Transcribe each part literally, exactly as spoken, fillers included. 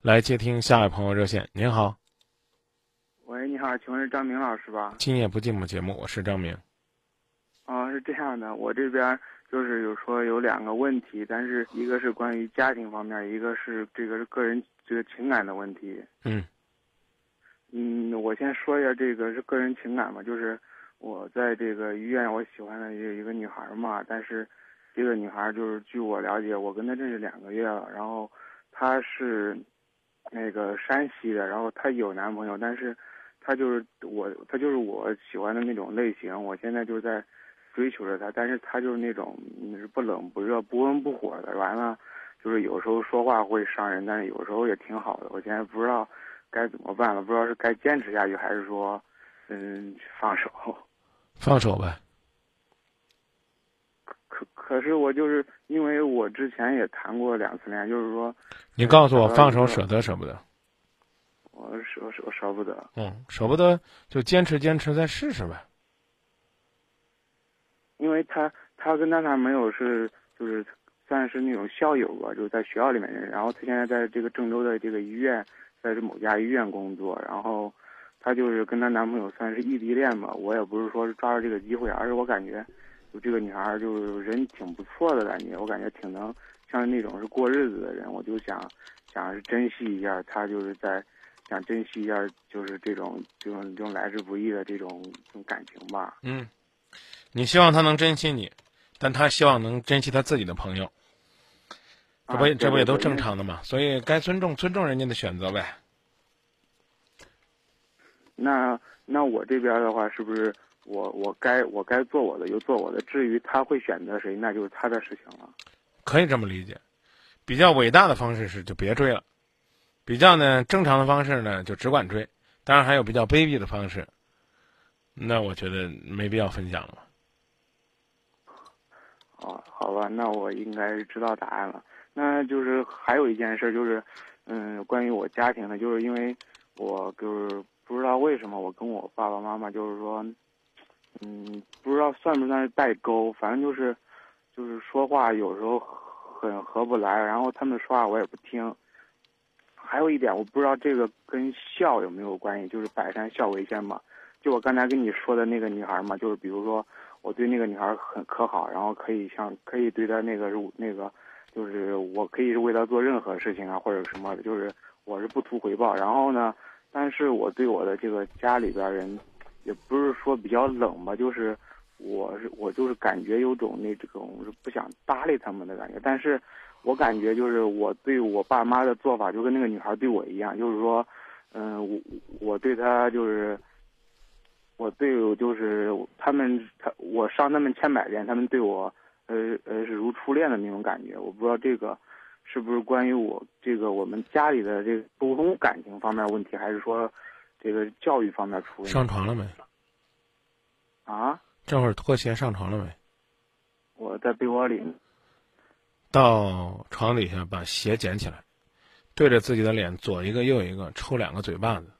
来接听下一位朋友热线。您好， 喂，你好，请问是张明老师吧？ 今夜不寂寞节目，我是张明。 啊、是这样的，我这边就是有说有两个问题，但是一个是关于家庭方面，一个是这个是个人这个情感的问题。 嗯嗯，我先说一下这个是个人情感嘛，就是我在这个医院，我喜欢的一个一个女孩嘛，但是这个女孩就是据我了解，我跟她认识两个月了，然后她是那个山西的，然后她有男朋友，但是她就是我，她就是我喜欢的那种类型，我现在就是在追求着她，但是她就是那种嗯是不冷不热、不温不火的，完了就是有时候说话会伤人，但是有时候也挺好的，我现在不知道该怎么办了，不知道是该坚持下去，还是说嗯放手。 放手呗。 可可是我就是因为我之前也谈过两次恋爱，就是说， 你告诉我， 找到一个放手舍得舍不得？ 我舍舍舍不得。 嗯，舍不得就坚持坚持再试试呗。 因为她她跟她男朋友是就是算是那种校友吧，就是在学校里面认识，然后她现在在这个郑州的这个医院，在这某家医院工作，然后她就是跟她男朋友算是异地恋嘛，我也不是说是抓住这个机会，而是我感觉就这个女孩就是人挺不错的感觉，我感觉挺能像那种是过日子的人，我就想想是珍惜一下她，就是在想珍惜一下就是这种这种这种来之不易的这种这种感情吧。 嗯，你希望他能珍惜你，但他希望能珍惜他自己的朋友，这不、 啊这不也都正对对对常的嘛？所以该尊重尊重人家的选择呗。 那那我这边的话，是不是我我该我该做我的就做我的，至于他会选择谁，那就是他的事情了。 可以这么理解。比较伟大的方式是就别追了，比较呢正常的方式呢就只管追，当然还有比较卑鄙的方式，那我觉得没必要分享了。 哦，好吧，那我应该是知道答案了。那就是还有一件事，就是嗯，关于我家庭的，就是因为我就是不知道为什么我跟我爸爸妈妈就是说，嗯，不知道算不算是代沟，反正就是就是说话有时候很合不来，然后他们说话我也不听。还有一点，我不知道这个跟孝有没有关系，就是百善孝为先嘛。就我刚才跟你说的那个女孩嘛，就是比如说我对那个女孩很可好，然后可以像可以对她那个那个，就是我可以为她做任何事情啊，或者什么的，就是我是不图回报。然后呢，但是我对我的这个家里边人，也不是说比较冷吧，就是我是我就是感觉有种那种是不想搭理他们的感觉，但是。我感觉就是我对我爸妈的做法就跟那个女孩对我一样，就是说，嗯，我我对她就是，我对我就是他们他我伤他们千百遍，他们对我呃呃是如初恋的那种感觉。我不知道这个是不是关于我这个我们家里的这个沟通感情方面问题，还是说这个教育方面出问题？ 上床了没？ 啊？ 这会儿脱鞋上床了没？ 我在被窝里。 到床底下把鞋捡起来，对着自己的脸左一个右一个抽两个嘴巴子，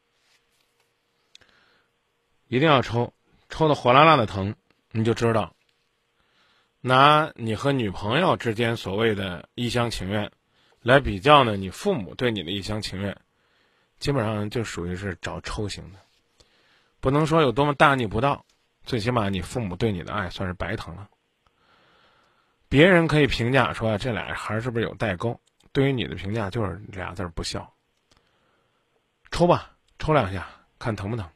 一定要抽，抽的火辣辣的疼，你就知道，拿你和女朋友之间所谓的一厢情愿来比较呢，你父母对你的一厢情愿，基本上就属于是找抽型的，不能说有多么大逆不道，最起码你父母对你的爱算是白疼了。别人可以评价说这俩孩儿是不是有代沟，对于你的评价就是俩字儿不孝。抽吧，抽两下，看疼不疼。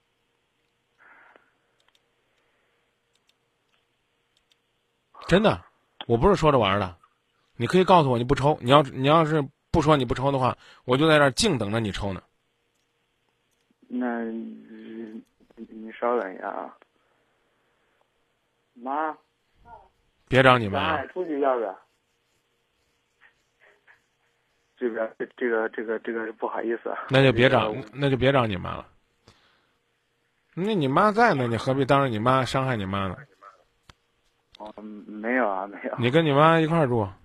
真的，我不是说着玩的。你可以告诉我你不抽，你要你要是不说你不抽的话，我就在这儿静等着你抽呢。 那你你稍等一下啊，妈。 别找你妈咱出去要不要？这边这个这个这个是不好意思啊。 那就别找，那就别找你妈了。那你妈在呢，你何必当着你妈伤害你妈呢？ 哦，没有啊，没有。 你跟你妈一块儿住？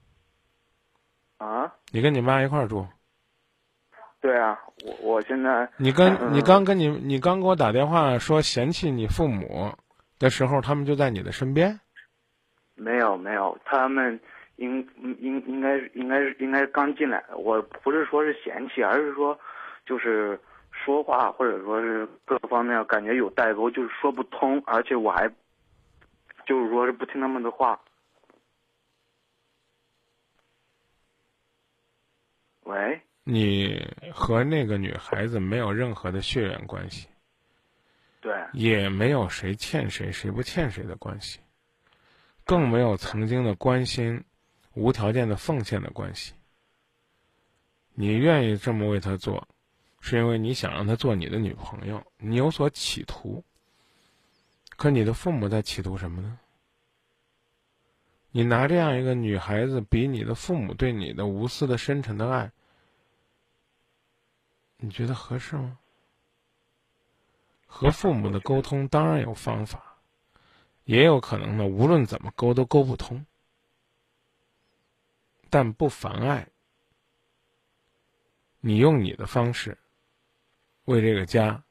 啊？ 你跟你妈一块儿住？ 对啊，我我现在。 你跟、 嗯、 你刚跟你你刚给我打电话说嫌弃你父母的时候，他们就在你的身边？ 没有没有，他们应应应该应该是应该是刚进来的。我不是说是嫌弃，而是说就是说话或者说是各个方面感觉有代沟，就是说不通，而且我还就是说是不听他们的话。喂， 你和那个女孩子没有任何的血缘关系， 对， 也没有谁欠谁谁不欠谁的关系，更没有曾经的关心、无条件的奉献的关系。你愿意这么为她做，是因为你想让她做你的女朋友，你有所企图。可你的父母在企图什么呢？你拿这样一个女孩子比你的父母对你的无私的深沉的爱，你觉得合适吗？和父母的沟通当然有方法，也有可能呢，无论怎么沟都沟不通，但不妨碍你用你的方式为这个家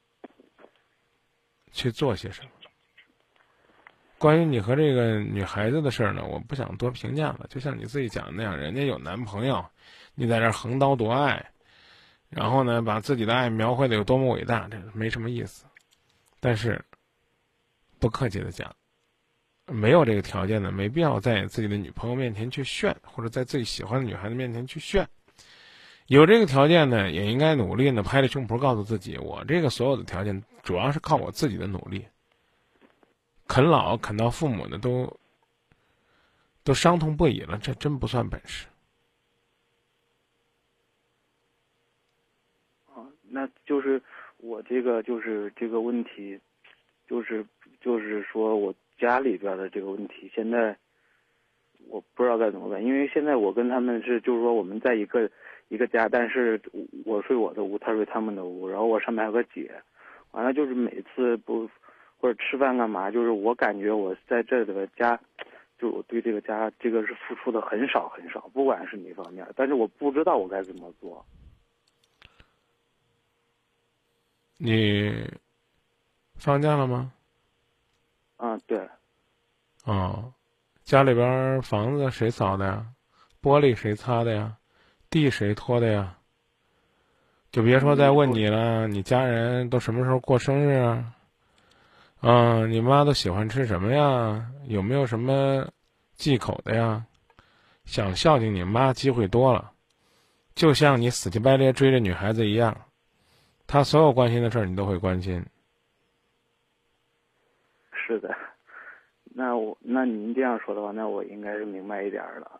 去做些什么。关于你和这个女孩子的事儿呢，我不想多评价了。就像你自己讲的那样，人家有男朋友，你在这儿横刀夺爱，然后呢，把自己的爱描绘的有多么伟大，这没什么意思。但是，不客气的讲，没有这个条件的，没必要在自己的女朋友面前去炫，或者在自己喜欢的女孩子面前去炫。有这个条件呢，也应该努力呢，拍着胸脯告诉自己，我这个所有的条件主要是靠我自己的努力。啃老啃到父母呢都都伤痛不已了，这真不算本事。 啊，那就是我这个就是这个问题，就是就是说我家里边的这个问题，现在我不知道该怎么办，因为现在我跟他们是就是说我们在一个一个家，但是我睡我的屋，他睡他们的屋，然后我上面还有个姐，完了就是每次不。或者吃饭干嘛，就是我感觉我在这个家，就我对这个家这个是付出的很少很少，不管是哪方面，但是我不知道我该怎么做。 你放假了吗？ 啊，对。 哦，家里边房子谁扫的呀？玻璃谁擦的呀？地谁拖的呀？就别说再问你了，你家人都什么时候过生日啊？嗯，你妈都喜欢吃什么呀？有没有什么忌口的呀？想孝敬你妈机会多了，就像你死乞白赖追着女孩子一样，她所有关心的事儿你都会关心。 是的，那我那您这样说的话，那我应该是明白一点了。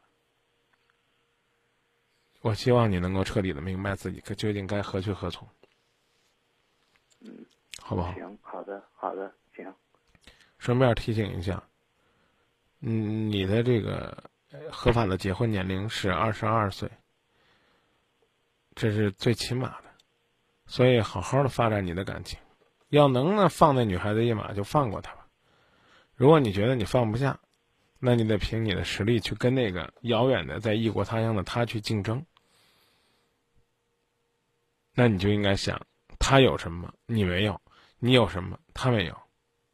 我希望你能够彻底的明白自己可究竟该何去何从。 嗯， 好不好？ 行，好的，好的。行， 顺便提醒一下，嗯，你的这个合法的结婚年龄是二十二岁，这是最起码的，所以好好的发展你的感情，要能呢放那女孩子一马就放过她吧。如果你觉得你放不下，那你得凭你的实力去跟那个遥远的在异国他乡的他去竞争。那你就应该想，他有什么你没有，你有什么他没有。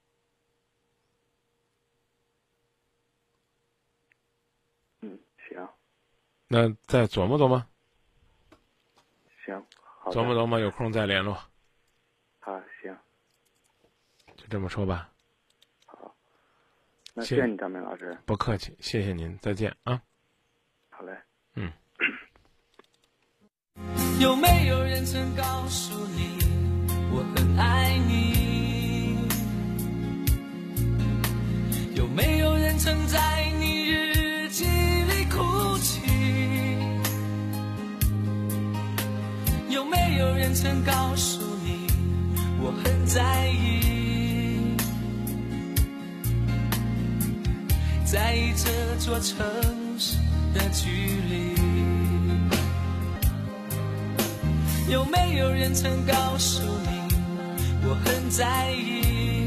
嗯，行。 那再琢磨琢磨。 行，好。 琢磨琢磨，有空再联络。 好，行。 就这么说吧。 好，那谢谢你，张明老师。 不客气，谢谢您，再见啊。 好嘞。 嗯。 有没有人曾告诉你我很爱你？有没有人曾在你日记里哭泣？有没有人曾告诉你我很在意？在意这座城市的距离。有没有人曾告诉你我很在意？